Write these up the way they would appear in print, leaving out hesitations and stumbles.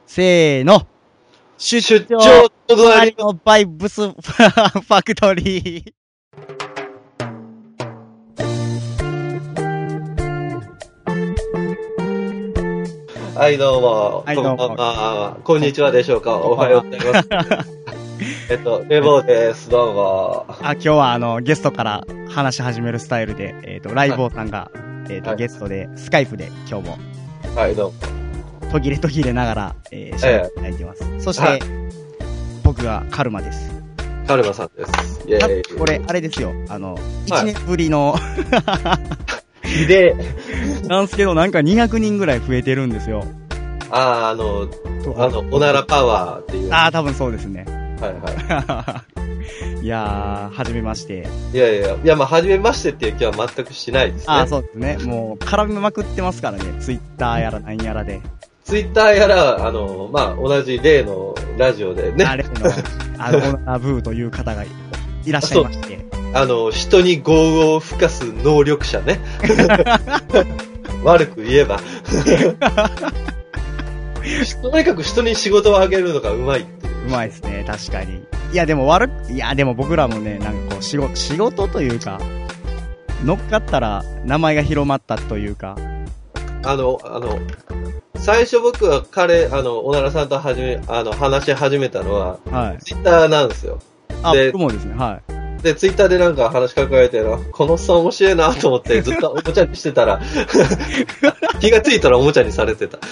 せーの。 出張隣のバイブスファクトリー。 はいどうも、 はいどうもこんばんは、こんにちはでしょうか、おはようございます。レボーです、どうも。 今日はゲストから話し始めるスタイルで、ライボーさんが、 はいゲストで、スカイプで今日も、 はいどうも。 途切れながら、喋っていただいてます。そして、 はい僕がカルマです。 カルマさんです。イェーイ。 これ、あれですよ。1年ぶりの、 ひでなんすけど、なんか200人ぐらい増えてるんですよ。 おならパワーっていう。 多分そうですね。 はいはい。 いやー、はじめまして。 いや、まあ、はじめましてっていう気は全くしないですね。 そうですね。もう、絡みまくってますからね。ツイッターやら何やらで。 ツイッターやら、まあ、同じ例のラジオでね。 あれの、オナブーという方がいらっしゃいまして。 人に業を吹かす能力者ね。悪く言えば。とにかく人に仕事をあげるのがうまいっていう。 うまいですね、確かに。いや、でも僕らもね、なんかこう、仕事というか、乗っかったら名前が広まったというか。 最初僕はおならさんと話し始めたのは、 はい。 ツイッターなんですよ。で、 僕もですね、はい。 で、ツイッターでなんか話しかけられてこのおっさん面白いなと思ってずっとおもちゃにしてたら、気がついたらおもちゃにされてた。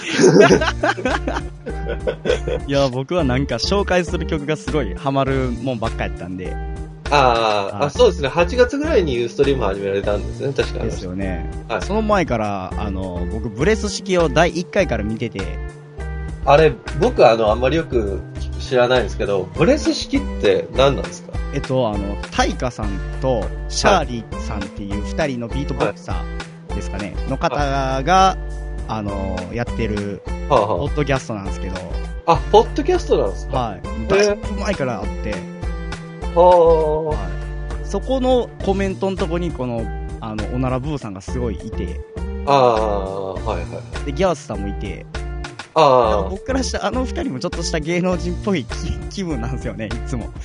いや、僕はなんか紹介する曲がすごいハマるもんばっかやったんで。 そうですね。8月ぐらいにユーストリーム始められたんですね、確かに。 ですよね。 はい。 その前から、僕、ブレス式を第1回から見てて。 あれ、僕あんまりよく知らないんですけど、ブレス式って何なんですか？ タイカさんとシャーリーさんっていう2人のビートボクサーですかね、の方が、やってる、ポッドキャストなんですけど。 ポッドキャストなんですか？ はい。だいぶ前からあって。 はい。 そこのコメントのとこに、この、おならブーさんがすごいいて。 はいはい。 で、ギャースさんもいて。僕からしたら二人もちょっとした芸能人っぽい気分なんですよね、いつも。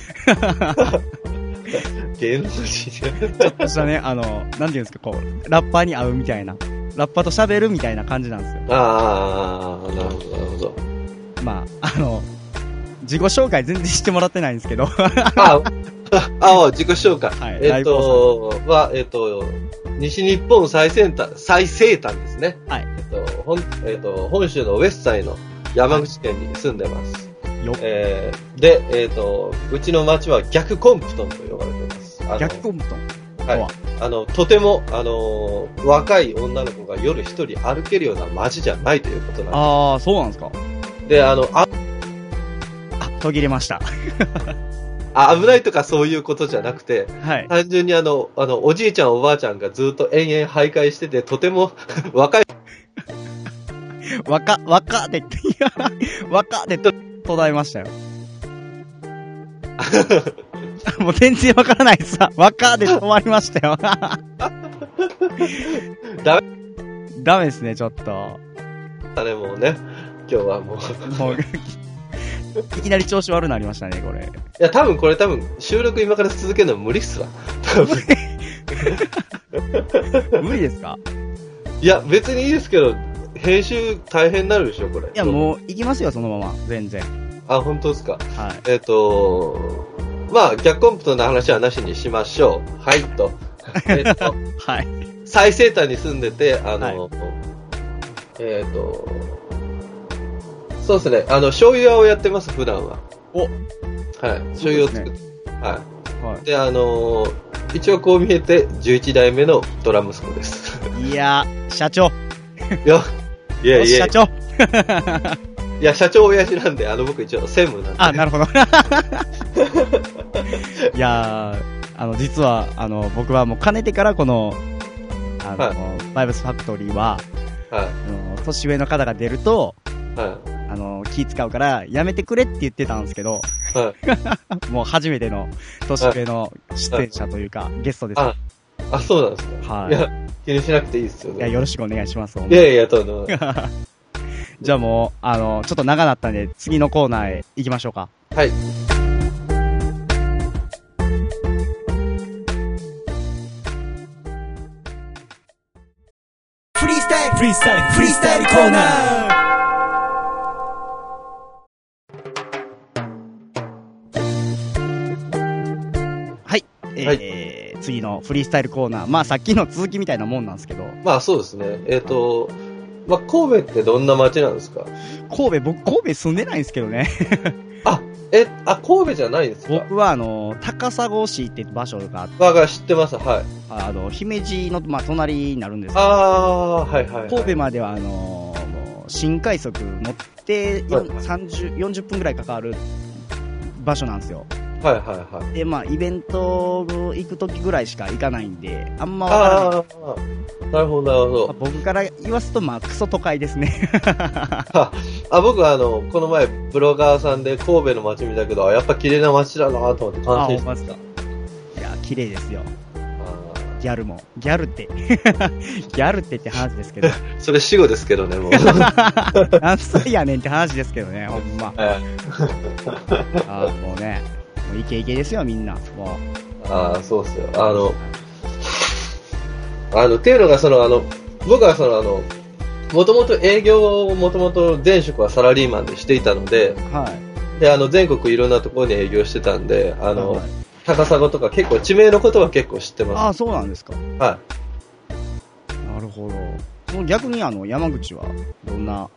芸能人ちょっとしたね、なんていうんですか、こう、ラッパーに会うみたいな。ラッパーと喋るみたいな感じなんですよ。 なるほど、なるほど。 まあ、自己紹介全然してもらってないんですけど。 自己紹介。はい。西日本最西端ですね。 はい。 本州のウェスタイの山口県に住んでます。 よで、うちの町は逆コンプトンと呼ばれています。 逆コンプトンはい。とても、若い女の子が夜一人歩けるような町じゃないということなんです。 そうなんですか。 で、 途切れました。 危ないとかそういうことじゃなくて、 はい。 単純におじいちゃんおばあちゃんがずっと延々徘徊してて、とても若い。 若で途絶えましたよ。もう全然わからないですわ。若で止まりましたよ。ダメですね、ちょっと。 もうね、今日はもういきなり調子悪くなりましたね、これ。いや、多分収録今から続けるの無理っすわ。多分。 無理ですか？ いや、別にいいですけど、編集大変になるでしょ、これ。 いや、もう、行きますよ、そのまま。全然。 本当ですか？ はい。 まあ、逆コンプトンの話はなしにしましょう。はいと。 はい。 最西端に住んでて、そうですね。醤油屋をやってます、普段は。 はい。 醤油を作って。はい。で、一応こう見えて、11代目のドラ息子です。 いや、社長。 いや、 社長。 いや、社長親父なんで、僕一応専務なんで。 なるほど。いや実は、僕はもうかねてからこの、バイブスファクトリーは、年上の方が出ると、気使うから、やめてくれって言ってたんですけど、もう初めての年上の出演者というか、ゲストです。 そうなんですね。 はい。 いや、気にしなくていいですよね。 いや、よろしくお願いします。 いや、どうぞ。 じゃあもう、ちょっと長なったんで、次のコーナーへ行きましょうか。 はい。 フリースタイルコーナー。はい。次のフリースタイルコーナー。まあさっきの続きみたいなもんなんですけど。 まあそうですね。まあ神戸ってどんな街なんですか？ 僕神戸住んでないんですけどね。 神戸じゃないんですか？ 僕は高砂市って場所があって。 知ってます、はい。 姫路の、まあ、隣になるんですけど。はいはい、はい。 神戸まではもう、新快速乗って、40分ぐらいかかる場所なんですよ。 はいはいはい。 で、まあ、イベント行くときぐらいしか行かないんで、あんまわからない。 なるほど、なるほど。 まあ、僕から言わすと、まあ、クソ都会ですね。 僕はこの前、ブロガーさんで神戸の街見たけど、やっぱ綺麗な街だなと思って感心しました。いや、綺麗ですよ。ギャルってって話ですけど。 それ死語ですけどね、もう。 何歳やねんって話ですけどね、ほんま。もうね。もうイケイケですよ、みんな。もう。そうっすよ。っていうのが、僕はもともと営業をもともと前職はサラリーマンでしていたので、 はい。 で、全国いろんなところに営業してたんで、はい、高砂とか結構地名のことは結構知ってます。 そうなんですか。 はい。 なるほど。逆に山口はどんな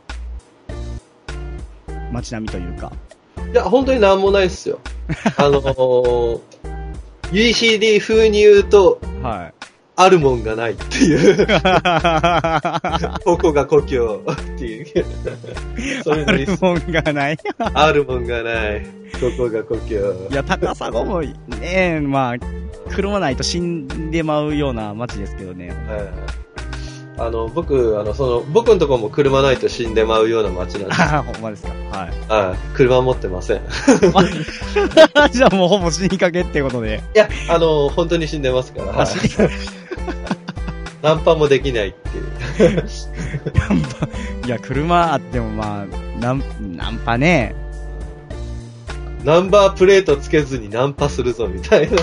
街並みというか。 いや、本当になんもないっすよ。UCD 風に言うと、 はい。 あるもんがないっていう。ここが故郷っていう。 そういうのいいっす。あるもんがない。 あるもんがない。ここが故郷。 いや、高砂もね、まあ、車ないと死んでまうような街ですけどね。 はい。僕のところも車ないと死んでまうような街なんで。 ほんまですか。はい。 車持ってません。 じゃあもうほぼ死にかけってことで。 いや、本当に死んでますから。はい、ナンパもできないっていう。 いや、車あってもまあ、ナンパね。 ナンバープレートつけずにナンパするぞみたいな。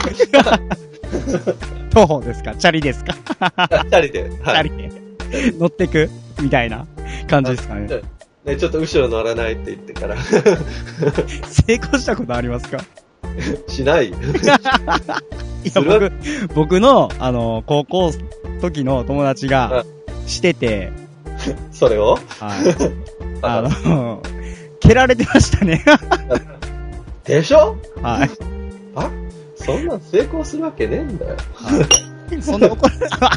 徒歩ですか？チャリですか？チャリで。 はい、チャリで。乗ってくみたいな感じですかね。 ね、ちょっと後ろ乗らないって言ってから。 成功したことありますか？ しない。いや、僕の、高校時の友達がしてて。 それを？ はい。蹴られてましたね。 でしょ？ はい。 そんなん成功するわけねえんだよ。 そんな怒る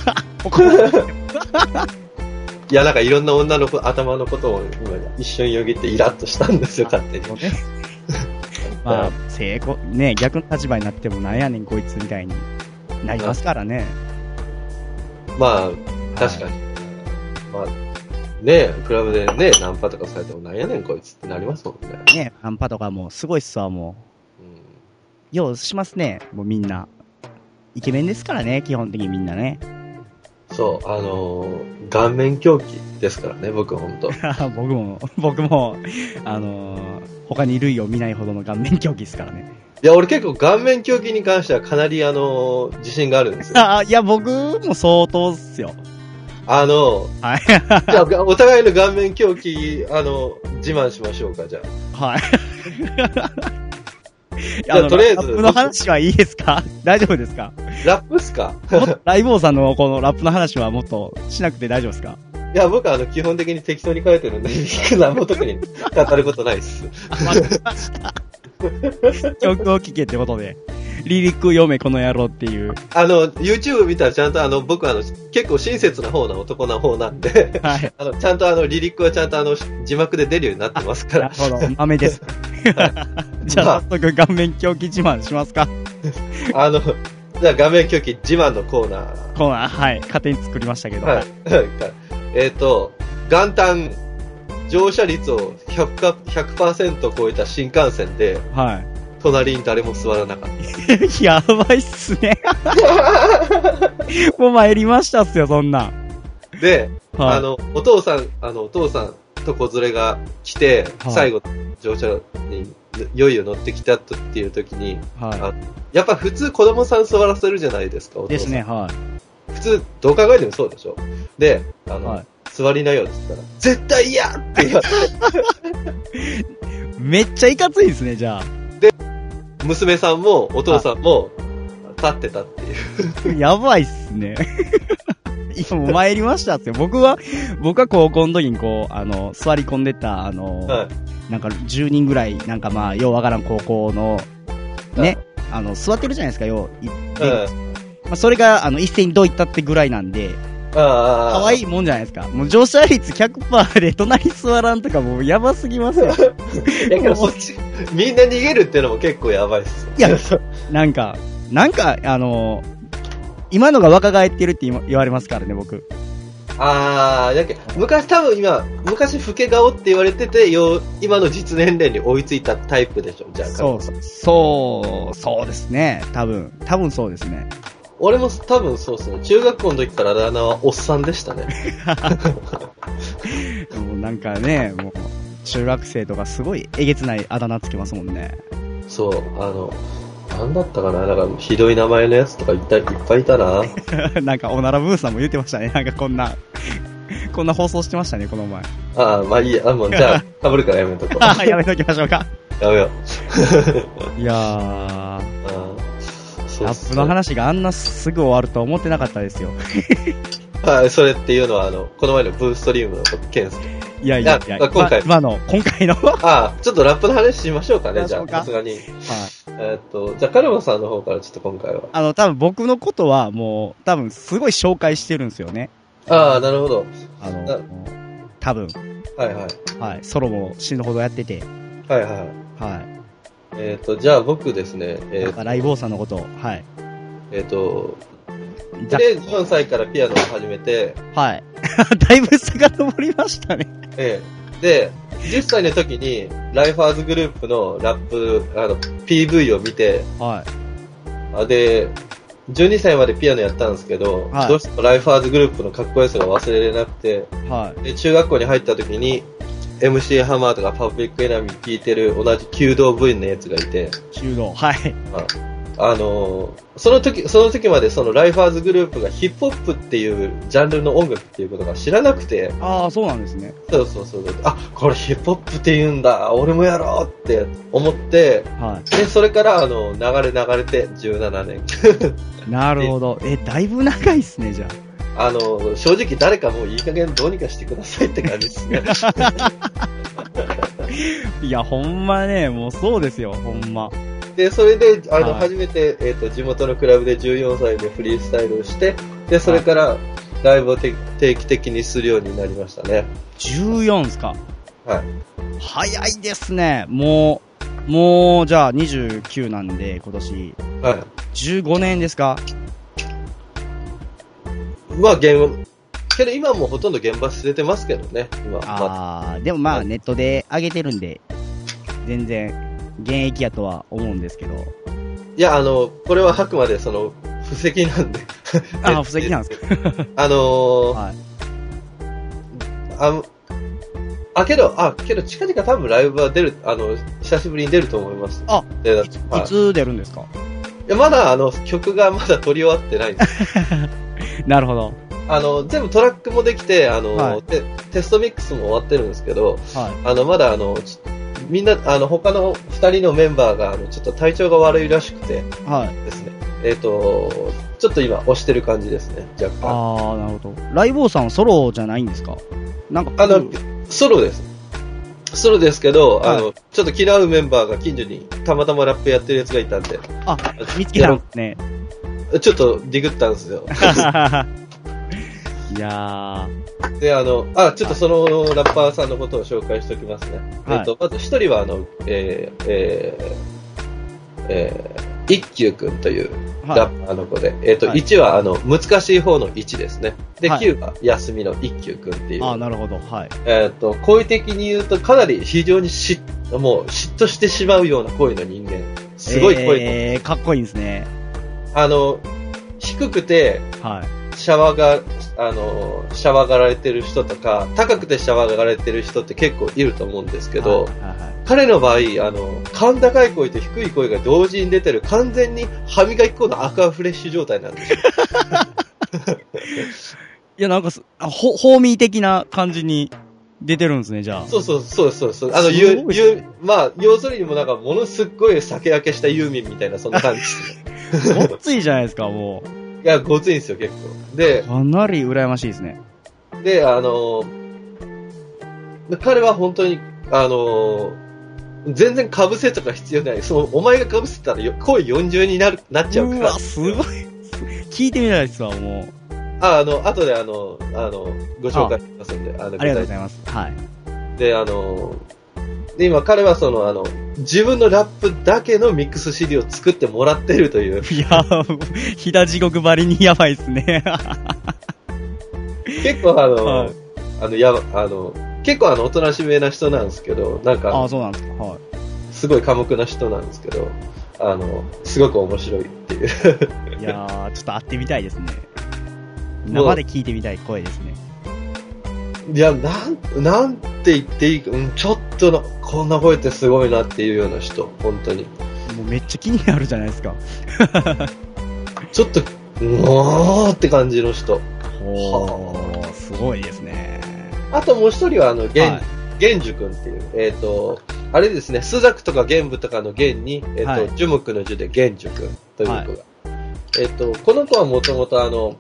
いや、なんかいろんな女の子、頭のことを今一瞬よぎってイラッとしたんですよ、勝手に。 まあ、成功、ね、逆の立場になってもなんやねんこいつみたいになりますからね。 まあ、確かに。まあ、ねクラブでね、ナンパとかされてもなんやねんこいつってなりますもんね。 ね、ナンパとかもすごいっすわ、もう。ようしますね、もうみんな。イケメンですからね、基本的にみんなね。 そう、顔面狂気ですからね、僕は本当。 僕も、他に類を見ないほどの顔面狂気ですからね。 いや、俺結構顔面狂気に関してはかなり自信があるんですよ。 いや、僕も相当っすよ。 はい。じゃあ、お互いの顔面狂気、自慢しましょうか、じゃあ。はい。 とりあえず。 ラップの話はいいですか？大丈夫ですか？ ラップっすか？ ライボーさんのこのラップの話はもっとしなくて大丈夫ですか？ いや、僕は基本的に適当に書いてるんで、何も特に語ることないっす。 わかりました。曲を聴けってことで。リリック読めこの野郎っていう。 YouTube 見たらちゃんと結構親切な方な男な方なんで、はい、ちゃんとリリックはちゃんと字幕で出るようになってますから。 なるほど、豆です。じゃあ、早速顔面狂気自慢しますか？ じゃあ顔面狂気自慢のコーナー。 はい。勝手に作りましたけど。 はい。元旦、乗車率を 100% 超えた新幹線で、 はい。 隣に誰も座らなかった。 やばいっすね。もう参りましたっすよ、そんな。 で、はい、お父さん、 子連れが来て、最後、乗車に、いよいよ乗ってきたっていう時に、やっぱ普通子供さん座らせるじゃないですか、お父さん。 ですね、 普通、どう考えてもそうでしょ。で、座りなよって言ったら、絶対嫌って言われて。 めっちゃいかついですね、じゃあ。 で、娘さんもお父さんも立ってたっていう。 やばいっすね。今も参りましたって。僕は高校の時にこう、座り込んでた、なんか10人ぐらい、なんかまあ、ようわからん高校の、ね、座ってるじゃないですか、まあ、それが、一斉にどういったってぐらいなんで、可愛いもんじゃないですか。もう乗車率 100% で隣座らんとかもうやばすぎますよ。 いやけどみんな逃げるっていうのも結構やばいっす。 いや、なんか、今のが若返ってるって言われますからね、僕。 だけど昔老け顔って言われてて、今の実年齢に追いついたタイプでしょ、じゃあ。 そうですね。多分そうですね。 俺も多分そうですね。中学校の時からあだ名はおっさんでしたね。 もうなんかね、もう中学生とかすごいえげつないあだ名つけますもんね。 そう、なんだったかな、なんかひどい名前のやつとかいっぱいいたな。 なんかおならブーさんも言ってましたね。なんかこんな放送してましたね、この前。 まあいいや。もうじゃあ、被るからやめとこう。 やめときましょうか。 やめよう。いやラップの話があんなすぐ終わるとは思ってなかったですよ。 それっていうのは、この前のブーストリームの件ですか？ いや、今回の。 ちょっとラップの話しましょうかね、じゃあ、さすがに。じゃあ、カルマさんの方からちょっと今回は。 多分僕のことはもう、多分すごい紹介してるんですよね。 なるほど。 多分。はい。ソロも死ぬほどやってて。 じゃあ僕ですね、 ライボーさんのことを、 で、4歳からピアノを始めて、 だいぶ遡りましたね。 で、10歳の時に、ライファーズグループのラップ、PV を見て、で、12歳までピアノやったんですけど、どうしてもライファーズグループのかっこよさが忘れれなくて、で、中学校に入った時に、MC ハマーとかパブリックエナミー聴いてる同じ弓道部員のやつがいて。 弓道、 その時までそのライファーズグループがヒップホップっていうジャンルの音楽っていうことが知らなくて。 そうなんですね。 そう。これヒップホップって言うんだ。俺もやろうって思って、で、それから流れて17年。 なるほど。だいぶ長いっすね、じゃあ。 正直誰かもういい加減どうにかしてくださいって感じですね。 いや、ほんまね、もうそうですよ、ほんま。 で、それで、初めて、地元のクラブで14歳でフリースタイルをして、で、それからライブを定期的にするようになりましたね。 14ですか？早いですね。もう、じゃあ29なんで、今年。15年ですか？ まあ、けど今もほとんど現場捨ててますけどね、今。 でもまあ、ネットで上げてるんで、全然、現役やとは思うんですけど。 いや、これはあくまで布石なんで。 布石なんですか？ けど近々多分ライブは出る、久しぶりに出ると思います。 いつ出るんですか？ いや、まだ曲がまだ撮り終わってないんです。 なるほど。 全部トラックもできて、テストミックスも終わってるんですけど、まだみんな、他の2人のメンバーが、ちょっと体調が悪いらしくて、ですね。ちょっと今、押してる感じですね、若干。 なるほど。ライボーさんはソロじゃないんですか？なんか、 ソロです。ソロですけど、ちょっと気の合うメンバーが近所にたまたまラップやってるやつがいたんで。 見つけたんですね。 ちょっとディグったんですよ。 いやー。で、ちょっとそのラッパーさんのことを紹介しておきますね。まず一人は一休くんというラッパーの子で、1は難しい方の1ですね。で、9は休みの一休くんっていう。 なるほど。 声的に言うとかなり非常にもう嫉妬してしまうような声の人間。すごい声かっこいいんですね。 低くて、 シャワーがられてる人とか、高くてシャワーがられてる人って結構いると思うんですけど、彼の場合、甲高い声と低い声が同時に出てる完全に歯磨き粉のアクアフレッシュ状態なんですよ。 いや、なんか、ホーミー的な感じに出てるんですね、じゃあ。 そう。まあ、要するにもなんか、ものすっごい酒焼けしたユーミンみたいな、そんな感じですね。ごっついじゃないですか、もう。いや、ごついんですよ、結構。で、 かなり羨ましいですね。 で、彼は本当に、全然被せとか必要ない。お前が被せたら声40になっちゃうから。うわ、すごい。聞いてみたいですわ、もう。 後でご紹介しますんで。 ありがとうございます。はい。 で、で、今彼は自分のラップだけのミックス CD を作ってもらってるという。 いや、ひだ地獄ばりにやばいですね。 結構結構おとなしめな人なんですけど、なんか、 そうなんですか。はい。 すごい寡黙な人なんですけど、すごく面白いっていう。 いやー、ちょっと会ってみたいですね。生で聞いてみたい声ですね。 いや、なんて言っていいか、ちょっとこんな声ってすごいなっていうような人、本当に。 もうめっちゃ気になるじゃないですか。 ちょっと、って感じの人。 すごいですね。 あともう一人は、玄樹くんっていう、あれですね、スザクとか玄武とかの玄に、樹木の樹で玄樹くんという子が。この子はもともと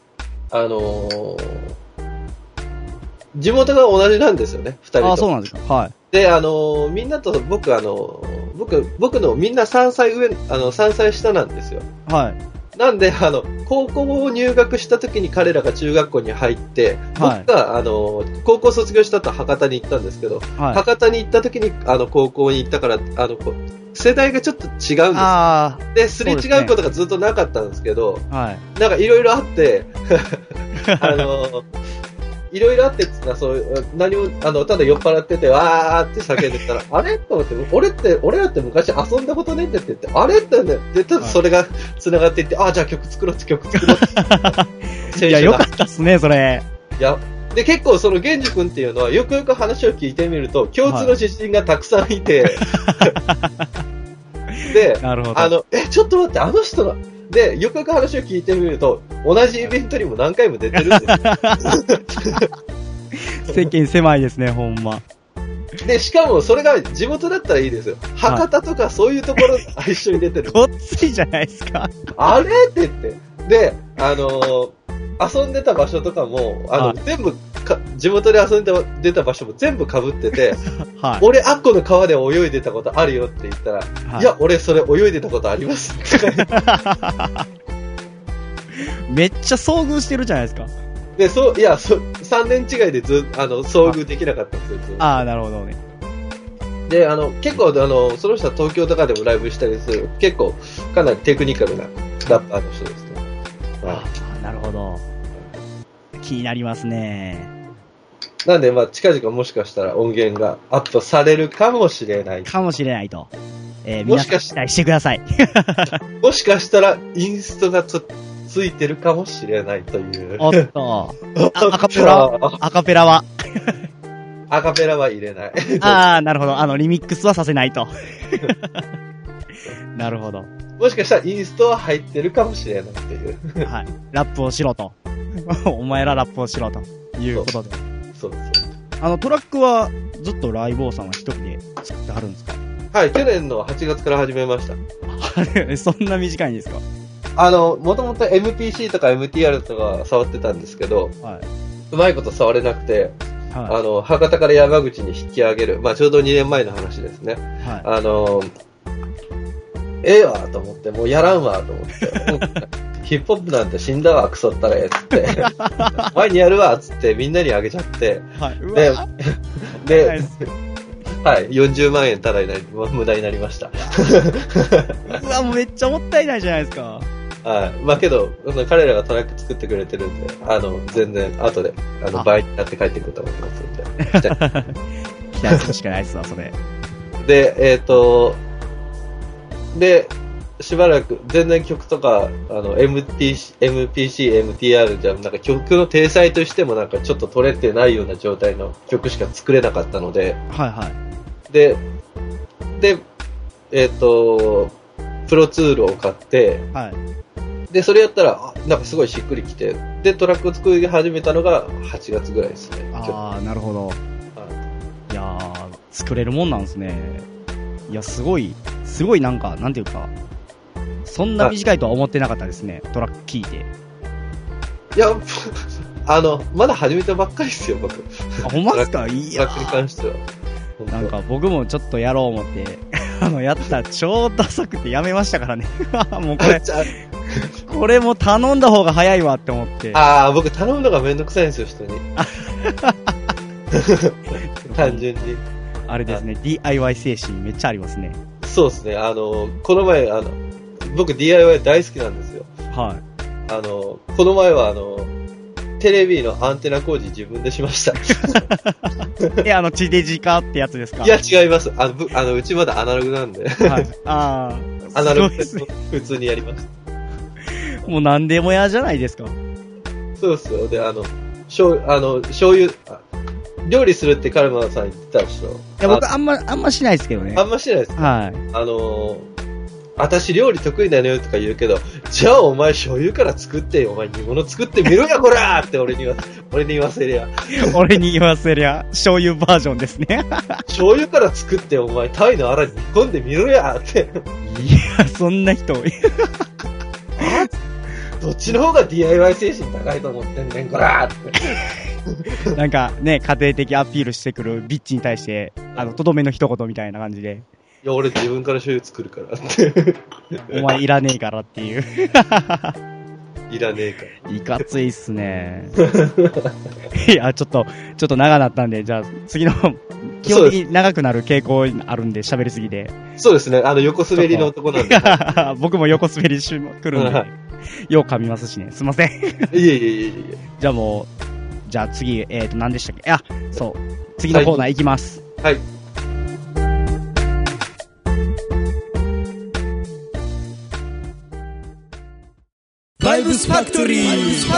地元が同じなんですよね、二人と。 そうなんですか。はい。 で、みんなと僕のみんな3歳3歳下なんですよ。 はい。 なんで、高校を入学した時に彼らが中学校に入って、僕が、高校卒業した後博多に行ったんですけど、博多に行った時に、高校に行ったから、世代がちょっと違うんです。で、すれ違うことがずっとなかったんですけど、なんかいろいろあって、いろいろあってってのは、そういう、何も、ただ酔っ払ってて、わーって叫んでたら、あれと思って、俺らって昔遊んだことねって言って、あれってね、で、それが繋がっていって、じゃあ曲作ろうって。 いや、よかったっすね、それ。 いや、で、結構その、玄樹くんっていうのは、よくよく話を聞いてみると、共通の知人がたくさんいて、で、 なるほど。 ちょっと待って、あの人の、で、よくよく話を聞いてみると、同じイベントにも何回も出てるんですよ。 世間狭いですね、ほんま。 で、しかもそれが地元だったらいいですよ。博多とかそういうところ一緒に出てる。 ごっついじゃないですか。 あれって言って。で、遊んでた場所とかも、全部地元で遊んで出た場所も全部被ってて、俺、あっこの川で泳いでたことあるよって言ったら、いや、俺それ泳いでたことありますって。 めっちゃ遭遇してるじゃないですか。 で、3年違いで遭遇できなかったんですよ。 なるほどね。 で、結構、その人は東京とかでもライブしたりする、結構、かなりテクニカルなラッパーの人ですね。 なるほど。気になりますね。 なんで、近々もしかしたら音源がアップされるかもしれない。 かもしれないと。皆さん期待してください。 もしかしたら、インストがついてるかもしれないという。 おっと。アカペラはアカペラは入れない。 なるほど。リミックスはさせないと。なるほど。 もしかしたらインストは入ってるかもしれないっていう。 はい。ラップをしろと。お前らラップをしろということで。 そう。 トラックはずっとライボーさんは一人で作ってはるんですか？ はい、去年の8月から始めました。 そんな短いんですか？ もともと MPC とか MTR とか触ってたんですけど、うまいこと触れなくて、博多から山口に引き上げる、ちょうど2年前の話ですね。ええわと思って、もうやらんわと思って、ヒップホップなんて死んだわ、クソったれ、つって、前にやるわ、つってみんなにあげちゃって、で、40万円ただ無駄になりました。 うわ、もうめっちゃもったいないじゃないですか。 けど、彼らがトラック作ってくれてるんで、全然後で、倍になって帰ってくると思いますんで。 期待するしかないっすわ、それ。 で、 しばらく、全然曲とか、MPC、MTR じゃ、なんか曲の体裁としてもなんかちょっと取れてないような状態の曲しか作れなかったので、 はいはい。 で、プロツールを買って、はい。で、それやったら、なんかすごいしっくりきて、で、トラックを作り始めたのが8月ぐらいですね。 ああ、なるほど。はい。いやー、作れるもんなんですね。いや、すごいなんか、なんていうか、そんな短いとは思ってなかったですね、トラック聞いて。 いや、まだ始めたばっかりですよ、僕。 あ、ほんまっすか？いやトラックに関しては。 なんか僕もちょっとやろう思って、やったら超ダサくてやめましたからね。もうこれも頼んだ方が早いわって思って。 ああ、僕頼むのがめんどくさいんですよ、人に。単純に。 あれですね、DIY 精神めっちゃありますね。 そうですね、この前、僕 DIY 大好きなんですよ。 はい。 この前はテレビのアンテナ工事自分でしました。 地デジ化ってやつですか？ いや、違います。うちまだアナログなんで。はい。 ああ。アナログで普通にやりました。 もう何でもやじゃないですか。 そうですよ。で、醤油、料理するってカルマさん言ってたでしょ。いや、僕あんましないですけどね。 あんましないですか？ はい。 私料理得意なのよとか言うけど、じゃあお前醤油から作ってよ、お前煮物作ってみろやこらーって俺に言わせりゃ。 俺に言わせりゃ、醤油バージョンですね。 醤油から作ってお前タイのアラに煮込んでみろやって。 いや、そんな人。 どっちの方が DIY 精神高いと思ってんねん、こらーって。なんかね、家庭的アピールしてくるビッチに対して、とどめの一言みたいな感じで。 いや、俺自分から醤油作るからって。 お前いらねえからっていう。 いらねえから。いかついっすね。いや、ちょっと長なったんで、じゃあ次の、基本的に長くなる傾向あるんで、喋りすぎで。 そうですね、横滑りの男なんで。 僕も横滑りしまくるんで、よう噛みますしね。すいません。 いえ。 じゃあもう、じゃあ次、何でしたっけ？あ、そう。次のコーナー行きます。 はい。 バイブスファクトリー。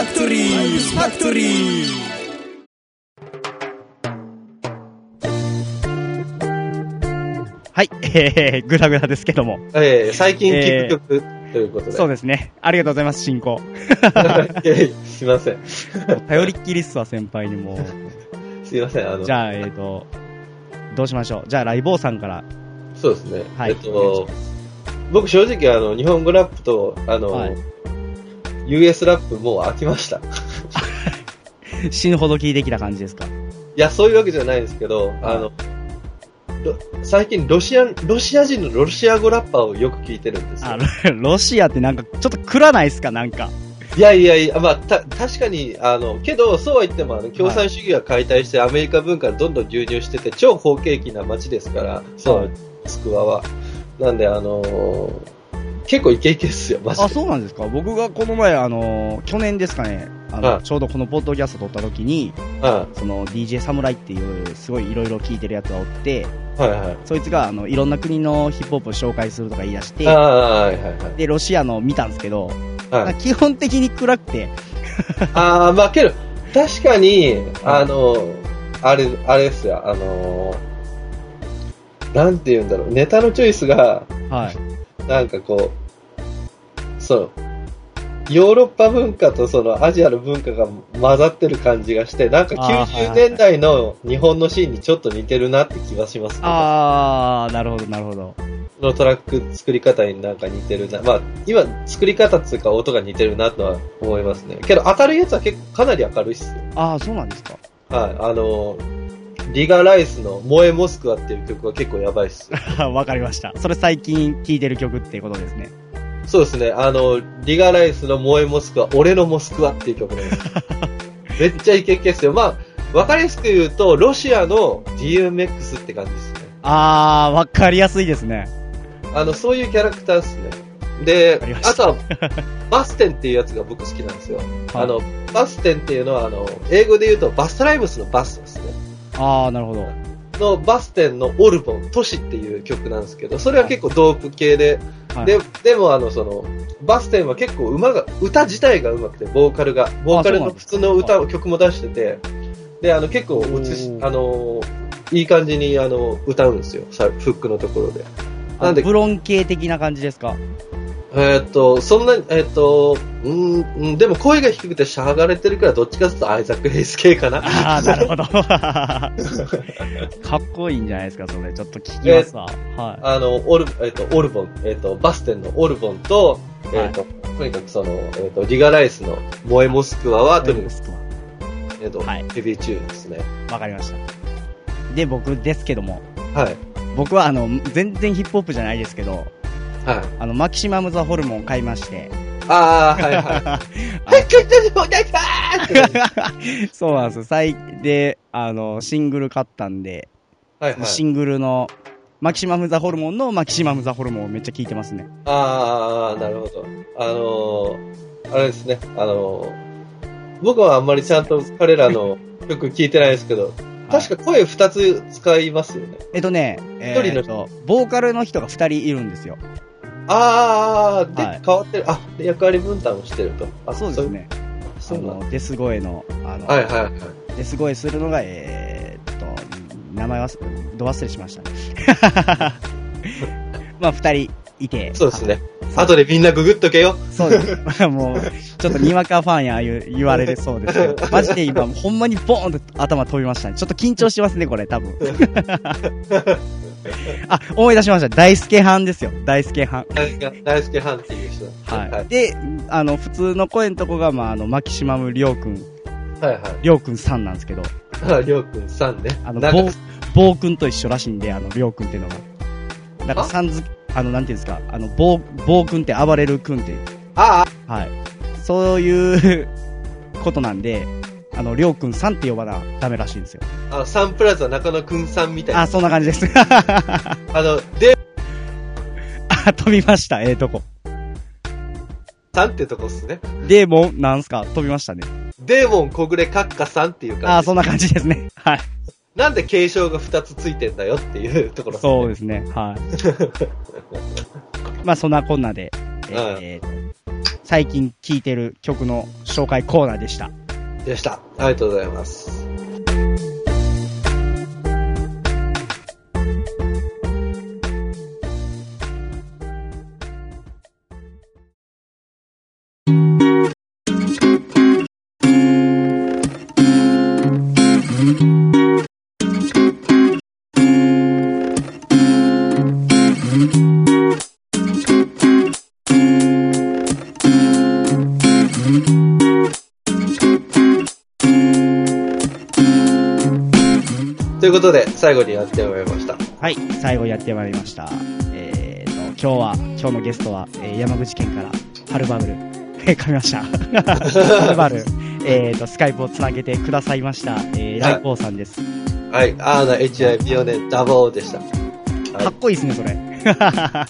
はい、グダグダですけども。 最近聴く曲ということで。 そうですね。ありがとうございます、進行。 すいません。 頼りっきりっすわ、先輩にも。 すいません、 じゃあ、どうしましょう。じゃあ、ライボーさんから。 そうですね。 はい。 僕正直、日本語ラップと、はい、US ラップもう飽きました。 死ぬほど聞いてきた感じですか？ いや、そういうわけじゃないんですけど、最近ロシア人のロシア語ラッパーをよく聞いてるんですよ。 ロシアってなんかちょっと暗ないですか？なんか。 いや、まあ、確かに、けど、そうは言っても、共産主義が解体してアメリカ文化にどんどん流入してて、超好景気な街ですから、そう、スクワは。なんで、結構イケイケっすよ、マジで。 あ、そうなんですか。僕がこの前、去年ですかね、ちょうどこのポッドキャスト撮った時に、その DJ サムライっていうすごいいろいろ聞いてるやつがおって、そいつがいろんな国のヒップホップを紹介するとか言い出して、で、ロシアの見たんですけど、基本的に暗くて。 まあけど、確かに、あれですよ、なんて言うんだろう、ネタのチョイスが、なんかこう、ヨーロッパ文化とそのアジアの文化が混ざってる感じがして、なんか90年代の日本のシーンにちょっと似てるなって気がしますね。 なるほど、なるほど。 のトラック作り方になんか似てるな。まあ、今、作り方っていうか音が似てるなとは思いますね。けど、明るいやつは結構かなり明るいっすよ。 そうなんですか。 はい。リガライスの萌えモスクワっていう曲は結構やばいっすよ。 わかりました。それ最近聴いてる曲っていうことですね。 そうですね。リガライスの萌えモスクワ、俺のモスクワっていう曲です。めっちゃイケイケっすよ。まあ、わかりやすく言うと、ロシアの DMX って感じですね。 わかりやすいですね。 そういうキャラクターっすね。で、あとは、バステンっていうやつが僕好きなんですよ。バステンっていうのは、英語で言うとバストライブスのバスですね。 なるほど。 のバステンのオルボン、都市っていう曲なんですけど、それは結構ドープ系で、はい、でもバステンは結構歌自体が上手くて、ボーカルの普通の曲も出してて、で、結構いい感じに歌うんですよ、フックのところで。 なんで、ブロン系的な感じですか？ そんなに、でも声が低くてしゃがれてるからどっちかというとアイザック・ヘイス系かな。 ああ、なるほど。かっこいいんじゃないですか、それ。ちょっと聞きますわ。はい。 オルボン、バステンのオルボンと、とにかくリガライスのモエモスクワは、とにかく、ヘビーチューンですね。 わかりました。で、僕ですけども。 はい。 僕は全然ヒップホップじゃないですけど、 はい。 マキシマム・ザ・ホルモンを買いまして。 ああ、はいはい。 そうなんですよ。で、シングル買ったんで、 はいはい、 シングルの、マキシマム・ザ・ホルモンのマキシマム・ザ・ホルモンをめっちゃ聞いてますね。 ああ、なるほど。あれですね。僕はあんまりちゃんと彼らの曲聞いてないですけど、確か声2つ使いますよね。 1人の人、ボーカルの人が2人いるんですよ。 ああ、で、はい、変わってる。役割分担をしてると。 そうですね。デス声の、 はいはいはい。 デス声するのが、名前ど忘れしましたね。まあ、2人いて。 そうですね。後でみんなググっとけよ。 そうです。もう、ちょっとにわかファンや言われるそうですけど、マジで今、ほんまにボーンと頭飛びましたね。ちょっと緊張しますね、これ、多分。思い出しました。大輔藩ですよ。大輔藩。 大輔藩っていう人。 はい。で、普通の声のとこが、マキシマムりょうくん。 はいはい。 りょうくんさんなんですけど。 りょうくんさんね。 暴君と一緒らしいんで、りょうくんっていうのが。だから、さんず、なんていうんですか、暴君って暴れる君って。 はい。 そういうことなんで、りょうくんさんって呼ばなダメらしいんですよ。 サンプラザ中野くんさんみたいな。 そんな感じです。飛びました、とこ。 さんってとこっすね。 デーモン、なんすか、飛びましたね。 デーモン小暮閣下さんっていう感じ。 そんな感じですね。はい。 なんで継承が2つついてんだよっていうところですね。 そうですね。はい。そんなこんなで、最近聴いてる曲の紹介コーナーでした。 ありがとうございます。ということで、最後にやってまいりました。 はい、最後にやってまいりました。今日のゲストは、山口県から、はるばる、噛みました。はるばる、スカイプをつなげてくださいました、ライコーさんです。 はい、HI ビオネダボーでした。 かっこいいですね、それ。 はい。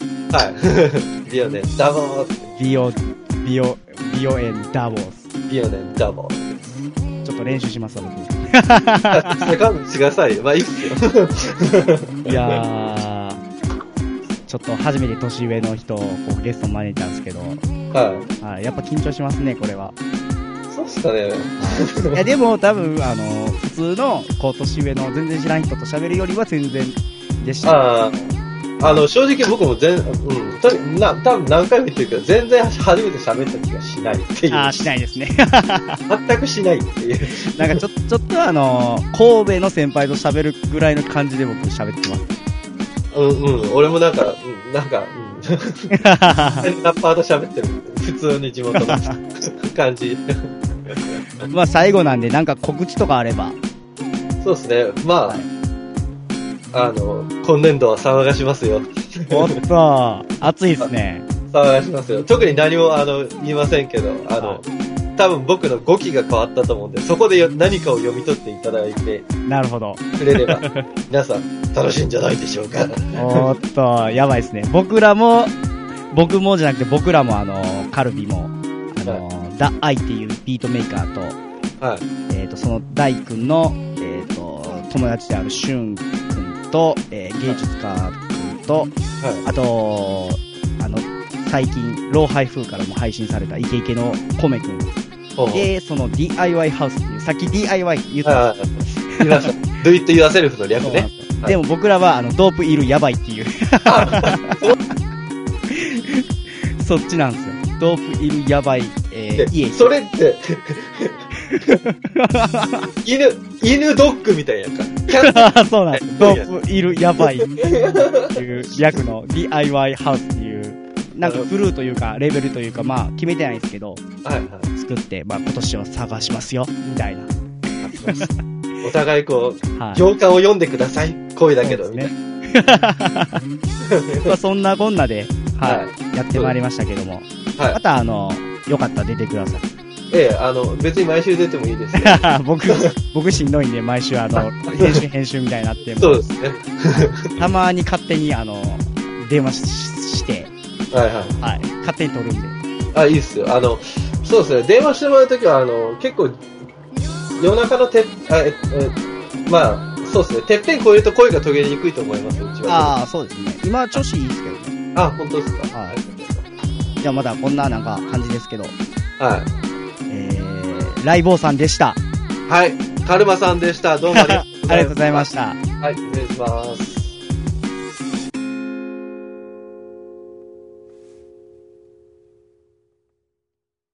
ビオネダボー。 ビオエンダボー。 ビオネダボー。 ちょっと練習しますわ、僕。 勘弁してくださいよ。まあいいっすよ。 いやー、ちょっと初めて年上の人をゲストに招いたんですけど、はい。やっぱ緊張しますね、これは。 そうっすかね。 いや、でも多分、普通の、年上の全然知らん人と喋るよりは全然でした。 正直僕も多分何回も言ってるけど、全然初めて喋った気がしないっていう。 しないですね。 全くしないっていう。 なんかちょっと神戸の先輩と喋るぐらいの感じで僕喋ってます。 俺もラッパーと喋ってる。普通に地元の感じ。 最後なんで、なんか告知とかあれば。 そうですね。はい今年度は騒がしますよ。 おっと、熱いですね。 騒がしますよ。特に何も言いませんけど、多分僕の語気が変わったと思うんで、そこで何かを読み取っていただいて、 なるほど。 くれれば、皆さん楽しいんじゃないでしょうか。 おっと、やばいですね。僕もじゃなくて僕らもカルビも、ダ・アイっていうビートメーカーと、その大君の、友達であるシュン君と、芸術家と、あと、最近、ローハイ風からも配信されたイケイケのコメ君。で、その DIY ハウスっていう、さっき DIY って言ったんですよ。 Do it yourself の略ね。 でも僕らは、ドープいるやばいっていう。そっちなんですよ。ドープいるやばい、家。 それって、犬ドッグみたいやんか。そうなんです。ドープいるやばいっていう略の DIY ハウスっていう、なんかクルーというか、レベルというか、まあ、決めてないんですけど、作って、まあ、今年は探しますよ、みたいな。 お互いこう、行間を読んでください。声だけど、ね。 まあそんなこんなで、やってまいりましたけども。また、よかったら出てください。 別に毎週出てもいいですよ。 僕しんどいんで、毎週編集みたいになっても。 そうですね。 たまに勝手に電話して、勝手に撮るんで。 いいっすよ。そうですね、電話してもらうときは、結構、夜中のまあ、そうですね、てっぺん越えると声が途切れにくいと思います、うちは。 そうですね。今、調子いいですけどね。 本当ですか。 じゃあまだこんななんか感じですけど。ライボーさんでした。 はい。カルマさんでした。どうもありがとうございました。 ありがとうございました。 はい、失礼します。